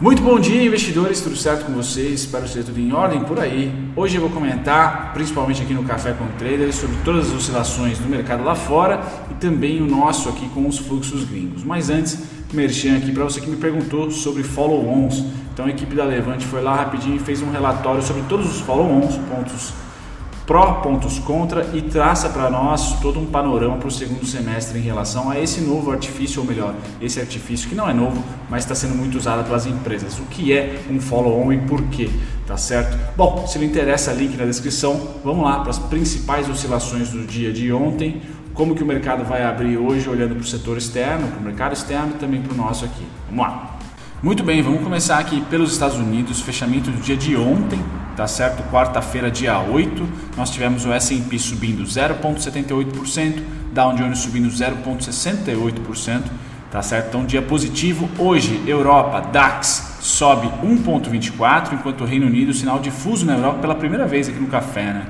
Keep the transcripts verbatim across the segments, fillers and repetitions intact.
Muito bom dia, investidores, tudo certo com vocês? Espero que esteja tudo em ordem por aí. Hoje eu vou comentar, principalmente aqui no Café com Trader, sobre todas as oscilações do mercado lá fora e também o nosso aqui com os fluxos gringos. Mas antes, merchan aqui para você que me perguntou sobre follow-ons. Então a equipe da Levante foi lá rapidinho e fez um relatório sobre todos os follow-ons, pontos pró, pontos contra, e traça para nós todo um panorama para o segundo semestre em relação a esse novo artifício, ou melhor, esse artifício que não é novo, mas está sendo muito usado pelas empresas. O que é um follow-on e por quê, tá certo? Bom, se lhe interessa, link na descrição. Vamos lá para as principais oscilações do dia de ontem, como que o mercado vai abrir hoje olhando para o setor externo, para o mercado externo e também para o nosso aqui. Vamos lá. Muito bem, vamos começar aqui pelos Estados Unidos, fechamento do dia de ontem, tá certo? Quarta-feira, dia oito, nós tivemos o S and P subindo zero vírgula setenta e oito por cento, Dow Jones subindo zero vírgula sessenta e oito por cento, tá certo? Então, dia positivo. Hoje, Europa, DAX sobe um vírgula vinte e quatro por cento, enquanto o Reino Unido, sinal difuso na Europa pela primeira vez aqui no café, né?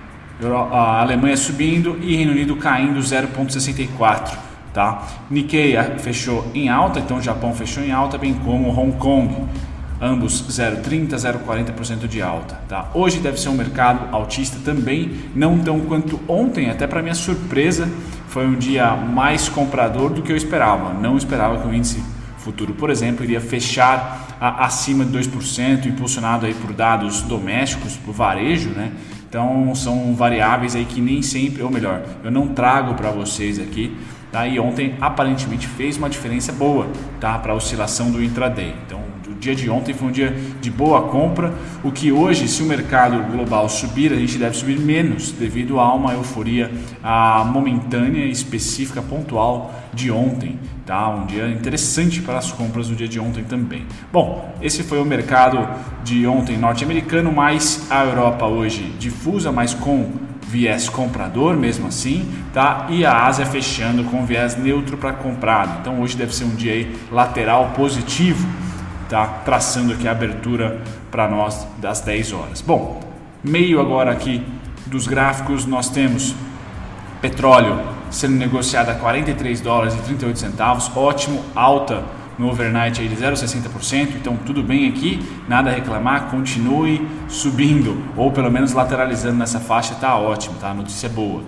A Alemanha subindo e Reino Unido caindo zero vírgula sessenta e quatro por cento. Tá? Nikkei fechou em alta, então o Japão fechou em alta, bem como Hong Kong, ambos zero vírgula trinta, zero vírgula quarenta por cento de alta. Tá? Hoje deve ser um mercado altista também, não tão quanto ontem, até para minha surpresa, foi um dia mais comprador do que eu esperava. Não esperava que o índice futuro, por exemplo, iria fechar a, acima de dois por cento, impulsionado aí por dados domésticos, por varejo, né? Então são variáveis aí que nem sempre, ou melhor, eu não trago para vocês aqui. Tá? E ontem aparentemente fez uma diferença boa, tá? Para a oscilação do intraday. Então o dia de ontem foi um dia de boa compra, o que hoje, se o mercado global subir, a gente deve subir menos devido a uma euforia a momentânea, específica, pontual de ontem. Tá? Um dia interessante para as compras do dia de ontem também. Bom, esse foi o mercado de ontem norte-americano, mais a Europa hoje difusa, mas com viés comprador mesmo assim, tá? E a Ásia fechando com viés neutro para comprado. Então hoje deve ser um dia aí lateral positivo, tá? Traçando aqui a abertura para nós das dez horas. Bom, meio agora aqui dos gráficos, nós temos petróleo sendo negociado a quarenta e três dólares e trinta e oito centavos, ótimo, alta no overnight aí de zero vírgula sessenta por cento, então tudo bem aqui, nada a reclamar, continue subindo, ou pelo menos lateralizando nessa faixa, tá ótimo, tá? Notícia boa.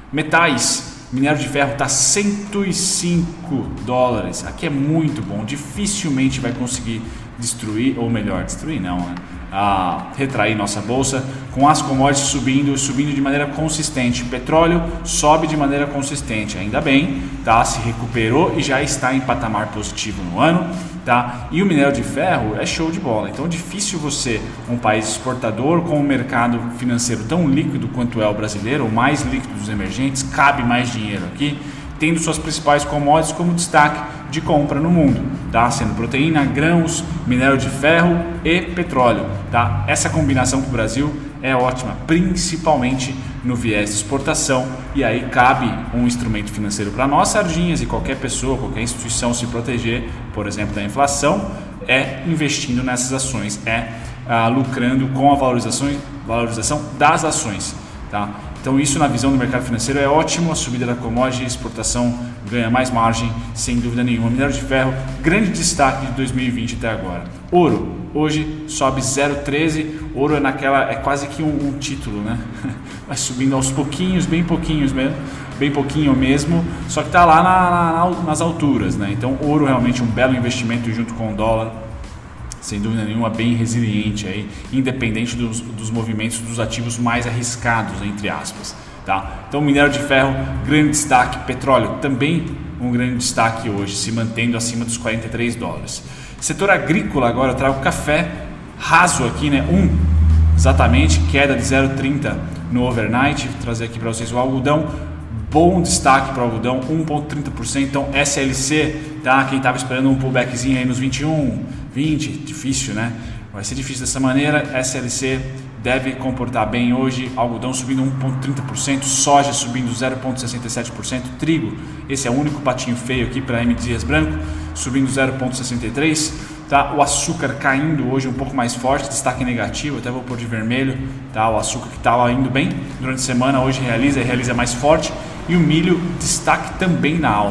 Metais, minério de ferro está cento e cinco dólares, aqui é muito bom, dificilmente vai conseguir destruir, ou melhor, destruir não, né? A retrair nossa bolsa, com as commodities subindo, subindo de maneira consistente. Petróleo sobe de maneira consistente, ainda bem, tá? Se recuperou e já está em patamar positivo no ano, tá? E o minério de ferro é show de bola. Então é difícil você, um país exportador com um mercado financeiro tão líquido quanto é o brasileiro, o mais líquido dos emergentes, cabe mais dinheiro aqui, tendo suas principais commodities como destaque de compra no mundo, tá? Sendo proteína, grãos, minério de ferro e petróleo, tá? Essa combinação para o Brasil é ótima, principalmente no viés de exportação, e aí cabe um instrumento financeiro para nós, sardinhas, e qualquer pessoa, qualquer instituição se proteger, por exemplo, da inflação, é investindo nessas ações, é ah, lucrando com a valorização, valorização das ações, tá? Então isso na visão do mercado financeiro é ótimo, a subida da commodity, exportação ganha mais margem, sem dúvida nenhuma. Minério de ferro, grande destaque de dois mil e vinte até agora. Ouro, hoje sobe zero vírgula treze, ouro é naquela, é quase que um, um título, né? Vai subindo aos pouquinhos, bem pouquinhos mesmo, bem pouquinho mesmo, só que está lá na, na, nas alturas, né? Então ouro realmente um belo investimento junto com o dólar, sem dúvida nenhuma, bem resiliente aí, independente dos, dos movimentos dos ativos mais arriscados, entre aspas, tá? Então minério de ferro, grande destaque, petróleo também um grande destaque hoje, se mantendo acima dos quarenta e três dólares. Setor agrícola agora, eu trago café raso aqui, né? Um, exatamente, queda de zero vírgula trinta no overnight, vou trazer aqui para vocês o algodão, bom destaque para o algodão, um vírgula trinta por cento, então S L C, tá? Quem estava esperando um pullbackzinho aí nos vinte e um, vinte, difícil, né? Vai ser difícil dessa maneira, S L C deve comportar bem hoje, algodão subindo um vírgula trinta por cento, soja subindo zero vírgula sessenta e sete por cento, trigo, esse é o único patinho feio aqui para M. Dias Branco, subindo zero vírgula sessenta e três por cento, tá? O açúcar caindo hoje um pouco mais forte, destaque negativo, até vou pôr de vermelho, tá? O açúcar que estava indo bem durante a semana, hoje realiza e realiza mais forte, e o milho, destaque também na alta.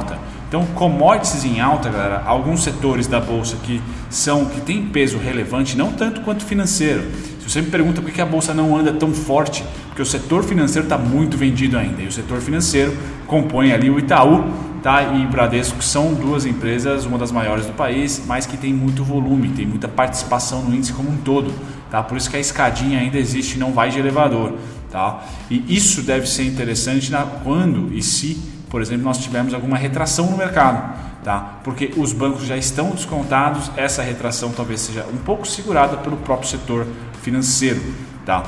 Então, commodities em alta, galera, alguns setores da bolsa que são que tem peso relevante, não tanto quanto financeiro. Se você me pergunta por que a bolsa não anda tão forte, porque o setor financeiro está muito vendido ainda, e o setor financeiro compõe ali o Itaú, tá, e o Bradesco, que são duas empresas, uma das maiores do país, mas que tem muito volume, tem muita participação no índice como um todo, tá? Por isso que a escadinha ainda existe e não vai de elevador, tá? E isso deve ser interessante na, quando e se, por exemplo, nós tivermos alguma retração no mercado, tá? Porque os bancos já estão descontados, essa retração talvez seja um pouco segurada pelo próprio setor financeiro, tá?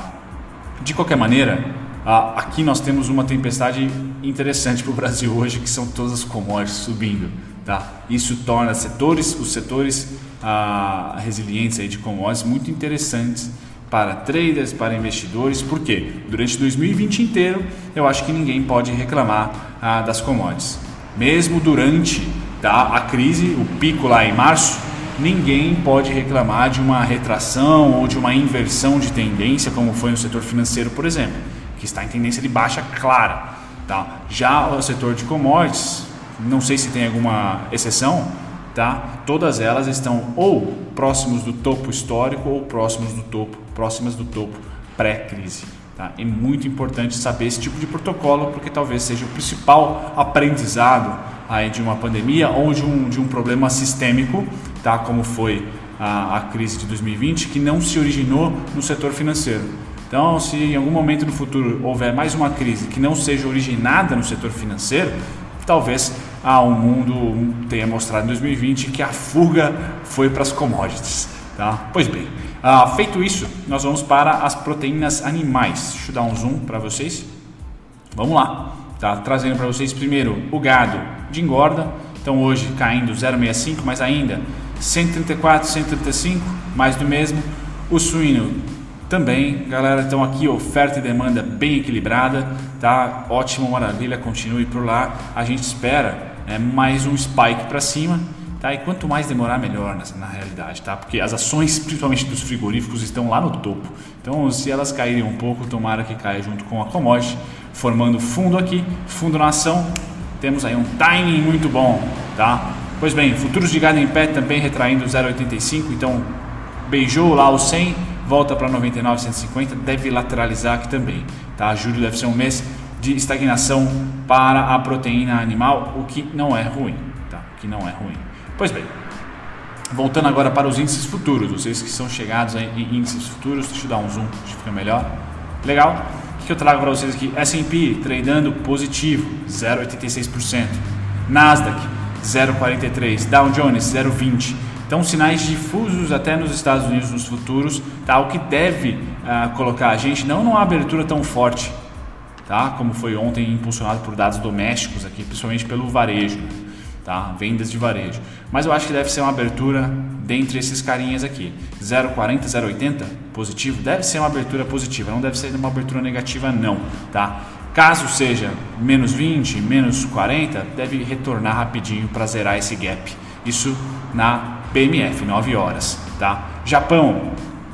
De qualquer maneira, aqui nós temos uma tempestade interessante para o Brasil hoje, que são todas as commodities subindo, tá? Isso torna setores, os setores ah, resilientes aí de commodities muito interessantes para traders, para investidores. Por quê? Durante dois mil e vinte inteiro, eu acho que ninguém pode reclamar ah, das commodities. Mesmo durante tá, a crise, o pico lá em março, ninguém pode reclamar de uma retração ou de uma inversão de tendência, como foi no setor financeiro, por exemplo, que está em tendência de baixa clara. Tá? Já o setor de commodities, não sei se tem alguma exceção, tá? Todas elas estão ou próximos do topo histórico ou próximos do topo, próximas do topo pré-crise. Tá? É muito importante saber esse tipo de protocolo, porque talvez seja o principal aprendizado aí de uma pandemia ou de um, de um problema sistêmico, tá? Como foi a, a crise de dois mil e vinte, que não se originou no setor financeiro. Então, se em algum momento no futuro houver mais uma crise que não seja originada no setor financeiro, talvez ah, o mundo tenha mostrado em dois mil e vinte que a fuga foi para as commodities. Tá? Pois bem, ah, feito isso, nós vamos para as proteínas animais. Deixa eu dar um zoom para vocês. Vamos lá, tá? Trazendo para vocês primeiro o gado de engorda. Então hoje caindo zero vírgula sessenta e cinco, mas ainda cento e trinta e quatro, cento e trinta e cinco, mais do mesmo. O suíno também, galera, então aqui oferta e demanda bem equilibrada, tá? Ótimo, maravilha, continue por lá. A gente espera é, mais um spike para cima, tá? E quanto mais demorar, melhor na, na realidade, tá? Porque as ações, principalmente dos frigoríficos, estão lá no topo. Então, se elas caírem um pouco, tomara que caia junto com a commodity, formando fundo aqui, fundo na ação. Temos aí um timing muito bom, tá? Pois bem, futuros de gado em pé também retraindo zero vírgula oitenta e cinco, então beijou lá o cem, volta para noventa e nove, cento e cinquenta, deve lateralizar aqui também, tá? Julho deve ser um mês de estagnação para a proteína animal, o que não é ruim, tá? O que não é ruim. Pois bem, voltando agora para os índices futuros, vocês que são chegados aí em índices futuros, deixa eu dar um zoom, acho que fica melhor. Legal? O que eu trago para vocês aqui? S and P tradando positivo, zero vírgula oitenta e seis por cento. Nasdaq, zero vírgula quarenta e três por cento. Dow Jones, zero vírgula vinte por cento. Então, sinais difusos até nos Estados Unidos nos futuros, tá? O que deve uh, colocar a gente não numa abertura tão forte, tá? Como foi ontem, impulsionado por dados domésticos aqui, principalmente pelo varejo, tá? Vendas de varejo. Mas eu acho que deve ser uma abertura dentre esses carinhas aqui. zero vírgula quarenta, zero vírgula oitenta, positivo, deve ser uma abertura positiva, não deve ser uma abertura negativa não, tá? Caso seja menos vinte, menos quarenta, deve retornar rapidinho para zerar esse gap. Isso na P M F, nove horas, tá? Japão,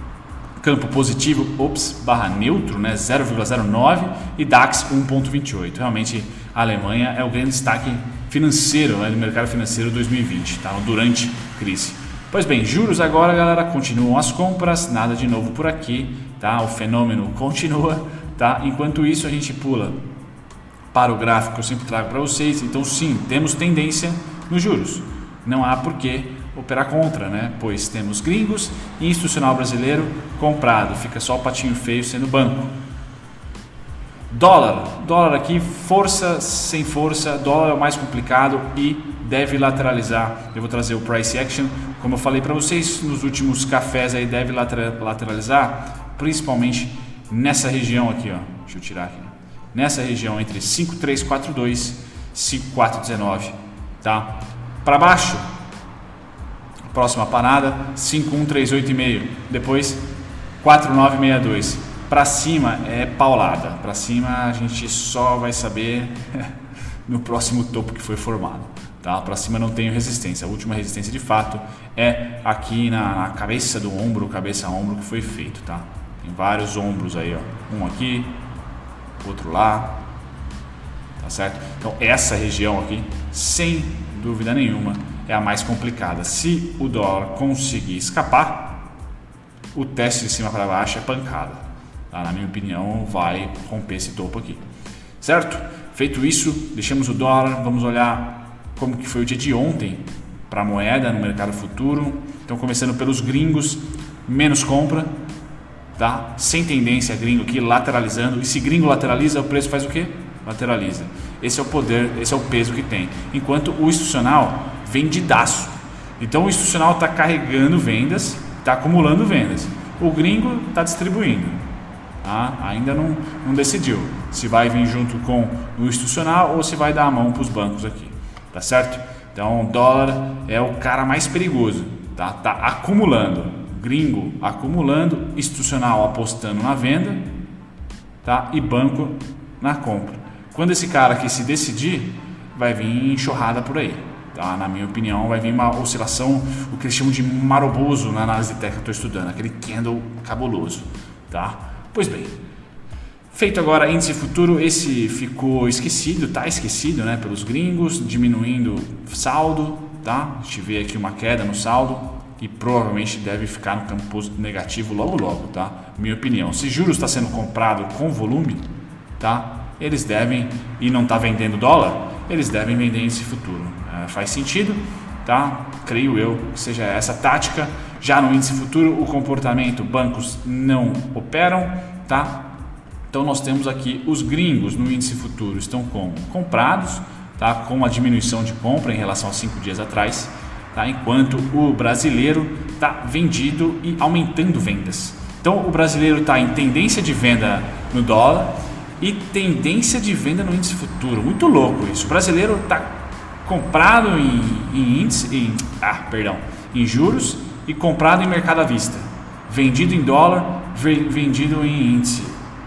campo positivo, ops, barra neutro, né? zero vírgula zero nove e DAX um vírgula vinte e oito. Realmente a Alemanha é o grande destaque financeiro, né, do mercado financeiro dois mil e vinte, tá? Durante a crise. Pois bem, juros agora, galera, continuam as compras, nada de novo por aqui, tá? O fenômeno continua, tá? Enquanto isso a gente pula para o gráfico que eu sempre trago para vocês. Então sim, temos tendência nos juros. Não há por que operar contra, né? Pois temos gringos e institucional brasileiro comprado, fica só o patinho feio sendo banco. Dólar, dólar aqui, força sem força, dólar é o mais complicado e deve lateralizar. Eu vou trazer o price action, como eu falei para vocês nos últimos cafés, aí deve lateralizar, principalmente nessa região aqui, ó. Deixa eu tirar aqui, nessa região entre cinco vírgula trezentos e quarenta e dois e cinco vírgula quatrocentos e dezenove, tá? Para baixo, próxima parada cinco vírgula cento e trinta e oito vírgula cinco, depois quatro vírgula novecentos e sessenta e dois. Para cima é paulada, para cima a gente só vai saber no próximo topo que foi formado, tá? Para cima não tem resistência, a última resistência de fato é aqui na, na cabeça do ombro, cabeça a ombro que foi feito, tá? Tem vários ombros aí, ó, um aqui, outro lá, tá certo? Então essa região aqui, sem dúvida nenhuma, é a mais complicada. Se o dólar conseguir escapar, o teste de cima para baixo é pancada, tá? Na minha opinião, vai romper esse topo aqui, certo? Feito isso, deixamos o dólar, vamos olhar como que foi o dia de ontem para a moeda no mercado futuro. Então, começando pelos gringos, menos compra, tá? Sem tendência gringo aqui, lateralizando. E se gringo lateraliza, o preço faz o quê? Lateraliza. Esse é o poder, esse é o peso que tem. Enquanto o institucional vendidaço. Então, o institucional está carregando vendas, está acumulando vendas. O gringo está distribuindo. Tá? Ainda não, não decidiu se vai vir junto com o institucional ou se vai dar a mão para os bancos aqui. Tá certo? Então, o dólar é o cara mais perigoso. Tá, tá acumulando, gringo acumulando, institucional apostando na venda, tá? E banco na compra. Quando esse cara aqui se decidir, vai vir enxurrada por aí, tá? Na minha opinião, vai vir uma oscilação, o que eles chamam de maroboso na análise técnica que eu estou estudando, aquele candle cabuloso, tá? Pois bem, feito agora índice futuro, esse ficou esquecido, tá esquecido, né, pelos gringos, diminuindo saldo. Tá? A gente vê aqui uma queda no saldo e provavelmente deve ficar no campo negativo logo logo, tá? Minha opinião. Se juros está sendo comprado com volume, tá? Eles devem, e não está vendendo dólar, eles devem vender esse futuro. É, faz sentido, tá? Creio eu que seja essa tática. Já no índice futuro, o comportamento, bancos não operam, tá? Então nós temos aqui os gringos no índice futuro estão com comprados, tá? Com uma diminuição de compra em relação a cinco dias atrás, tá? Enquanto o brasileiro está vendido e aumentando vendas. Então o brasileiro está em tendência de venda no dólar e tendência de venda no índice futuro. Muito louco isso. O brasileiro está comprado em, em índice, em, ah, perdão, em juros e comprado em mercado à vista, vendido em dólar, vendido em índice.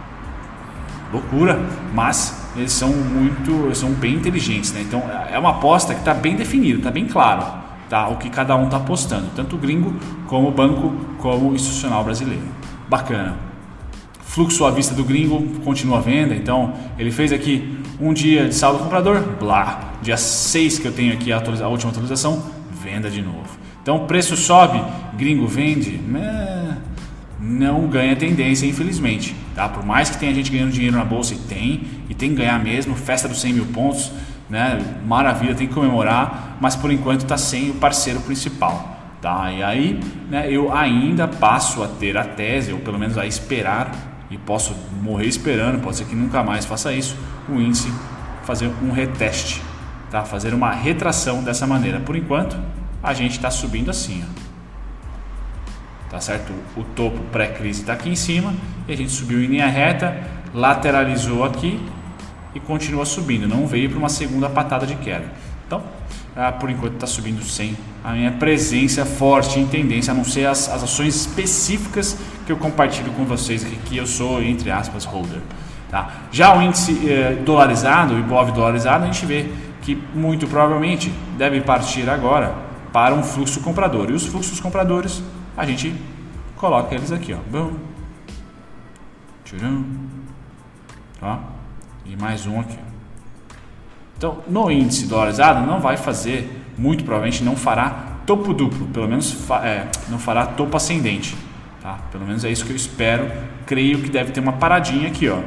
Loucura, mas eles são muito, eles são bem inteligentes, né? Então é uma aposta que está bem definida, está bem claro, tá? O que cada um está apostando, tanto o gringo como o banco, como o institucional brasileiro. Bacana. Fluxo à vista do gringo continua a venda, então ele fez aqui um dia de saldo comprador, blá, dia seis que eu tenho aqui a, atualiza, a última atualização, venda de novo. Então o preço sobe, gringo vende, né? Não ganha tendência, infelizmente, tá? Por mais que tenha gente ganhando dinheiro na bolsa, e tem, e tem que ganhar mesmo, festa dos cem mil pontos, né? Maravilha, tem que comemorar, mas por enquanto está sem o parceiro principal, tá? E aí, né, eu ainda passo a ter a tese, ou pelo menos a esperar, e posso morrer esperando, pode ser que nunca mais faça isso, o índice fazer um reteste, tá? Fazer uma retração dessa maneira. Por enquanto, a gente está subindo assim, ó. Tá certo? O topo pré-crise está aqui em cima e a gente subiu em linha reta, lateralizou aqui e continua subindo, não veio para uma segunda patada de queda. Então, ah, por enquanto está subindo sem a minha presença forte em tendência, a não ser as, as ações específicas que eu compartilho com vocês aqui, que eu sou, entre aspas, holder. Tá? Já o índice eh, dolarizado, o Ibov dolarizado, a gente vê que muito provavelmente deve partir agora para um fluxo comprador. E os fluxos compradores, a gente coloca eles aqui, ó. Bum. Tchurum. Tá? E mais um aqui. Então, no índice dolarizado não vai fazer, muito provavelmente não fará topo duplo, pelo menos fa é, não fará topo ascendente, tá? Pelo menos é isso que eu espero. Creio que deve ter uma paradinha aqui, ó.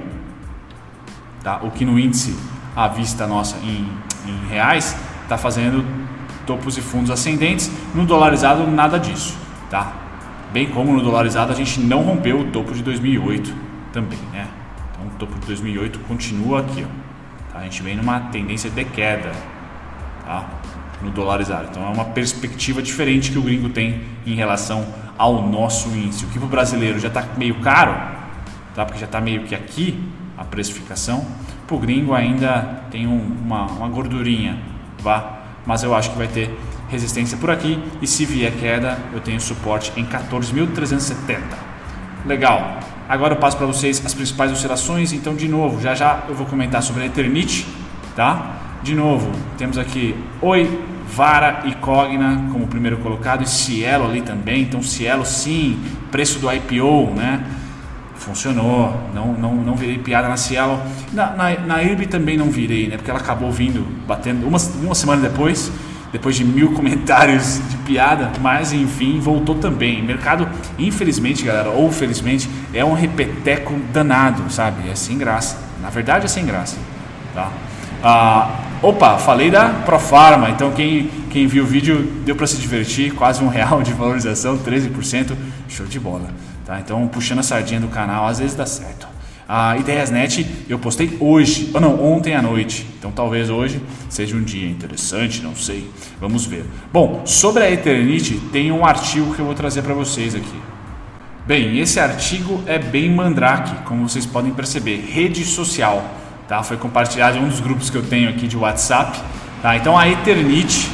Tá? O que no índice à vista nossa em, em reais está fazendo topos e fundos ascendentes. No dolarizado nada disso, tá? Bem como no dolarizado a gente não rompeu o topo de dois mil e oito também, né? Então o topo de dois mil e oito continua aqui, ó. Tá? A gente vem numa tendência de queda, tá? No dolarizado. Então é uma perspectiva diferente que o gringo tem em relação ao nosso índice. O que para o brasileiro já está meio caro, tá? Porque já está meio que aqui a precificação. Para o gringo ainda tem um, uma, uma gordurinha, vá? Mas eu acho que vai ter resistência por aqui e se vier queda eu tenho suporte em quatorze mil trezentos e setenta. Legal. Agora eu passo para vocês as principais oscilações. Então, de novo, já já eu vou comentar sobre a Eternit, tá? De novo, temos aqui Oi, Vara e Cogna como primeiro colocado e Cielo ali também. Então, Cielo sim, preço do I P O, né? Funcionou, não, não, não virei piada na Cielo. Na, na, na I R B também não virei, né? Porque ela acabou vindo, batendo uma, uma semana depois depois de mil comentários de piada, mas enfim, voltou também. O mercado, infelizmente, galera, ou felizmente, é um repeteco danado, sabe? É sem graça. Na verdade é sem graça, tá? Ah, opa, falei da Profarma, então quem, quem viu o vídeo deu para se divertir, quase um real de valorização, treze por cento, show de bola, tá? Então puxando a sardinha do canal, às vezes dá certo. A Ideiasnet eu postei hoje, ou não, ontem à noite, então talvez hoje seja um dia interessante, não sei, vamos ver. Bom, sobre a Eternit tem um artigo que eu vou trazer para vocês aqui. Bem, esse artigo é bem mandrake, como vocês podem perceber, rede social. Tá? Foi compartilhado em um dos grupos que eu tenho aqui de WhatsApp. Tá? Então a Eternit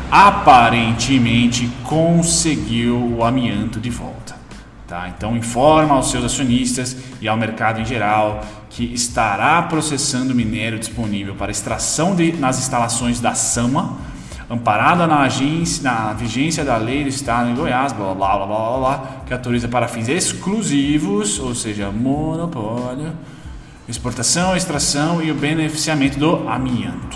aparentemente conseguiu o amianto de volta. Tá? Então informa aos seus acionistas e ao mercado em geral que estará processando minério disponível para extração de, nas instalações da SAMA, amparada na, agência, na vigência da lei do Estado em Goiás, blá, blá, blá, blá, blá, que autoriza para fins exclusivos, ou seja, monopólio, exportação, extração e o beneficiamento do amianto,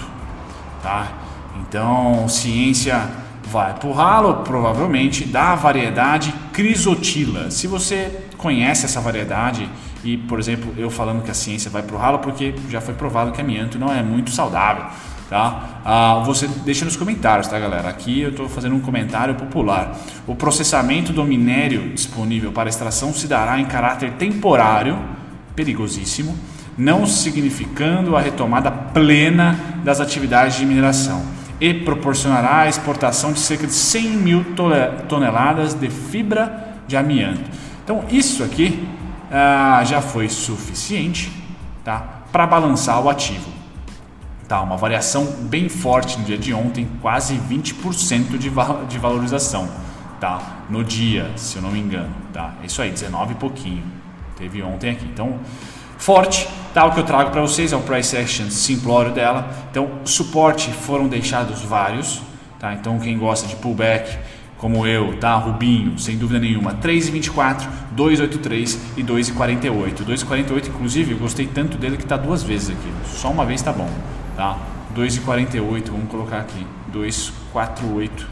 tá? Então, ciência vai pro ralo, provavelmente, da variedade Chrysotila. Se você conhece essa variedade e, por exemplo, eu falando que a ciência vai pro ralo porque já foi provado que amianto não é muito saudável, tá? Ah, você deixa nos comentários, tá, galera? Aqui eu estou fazendo um comentário popular. O processamento do minério disponível para extração se dará em caráter temporário, perigosíssimo, não significando a retomada plena das atividades de mineração, e proporcionará a exportação de cerca de cem mil toneladas de fibra de amianto. Então isso aqui ah, já foi suficiente, tá, para balançar o ativo. Tá, uma variação bem forte no dia de ontem, quase vinte por cento de, val de valorização, tá, no dia, se eu não me engano. Tá, é isso aí, dezenove e pouquinho teve ontem aqui. Então forte, tá? O que eu trago para vocês é o price action simplório dela. Então, suporte foram deixados vários, tá? Então, quem gosta de pullback, como eu, tá? Rubinho, sem dúvida nenhuma, três e vinte e quatro, dois e oitenta e três e dois e quarenta e oito. dois e quarenta e oito, inclusive, eu gostei tanto dele que tá duas vezes aqui. Só uma vez tá bom, tá? dois e quarenta e oito, vamos colocar aqui, dois e quarenta e oito,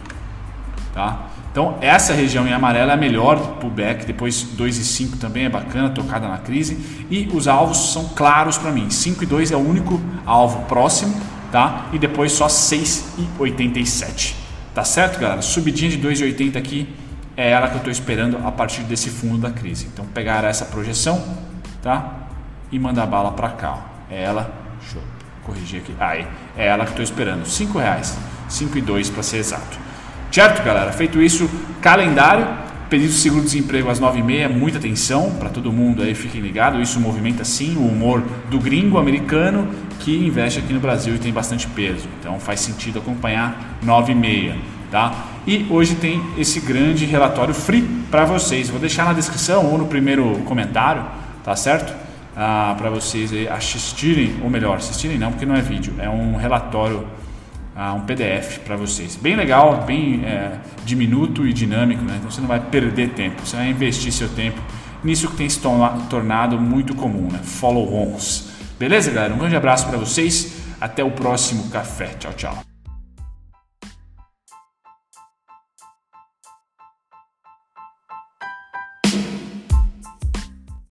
tá? Então essa região em amarelo é a melhor pullback, depois dois e cinco também é bacana, tocada na crise, e os alvos são claros para mim, cinco e dois é o único alvo próximo, tá? E depois só seis e oitenta e sete, tá certo, galera? Subidinha de dois e oitenta aqui é ela que eu estou esperando a partir desse fundo da crise. Então pegar essa projeção, tá? E mandar bala para cá, ó. É ela, deixa eu corrigir aqui, aí, é ela que eu estou esperando, cinco reais, cinco e dois para ser exato. Certo, galera? Feito isso, calendário, pedido de seguro-desemprego às nove e meia, muita atenção para todo mundo aí, fiquem ligados, isso movimenta sim o humor do gringo americano que investe aqui no Brasil e tem bastante peso, então faz sentido acompanhar nove e meia, tá? E hoje tem esse grande relatório free para vocês, vou deixar na descrição ou no primeiro comentário, tá certo? Ah, para vocês aí assistirem, ou melhor, assistirem não, porque não é vídeo, é um relatório, ah, um P D F para vocês, bem legal, bem é, diminuto e dinâmico, né? Então você não vai perder tempo, você vai investir seu tempo nisso que tem se tornado muito comum, né? Follow-ons. Beleza, galera? Um grande abraço para vocês, até o próximo café, tchau, tchau.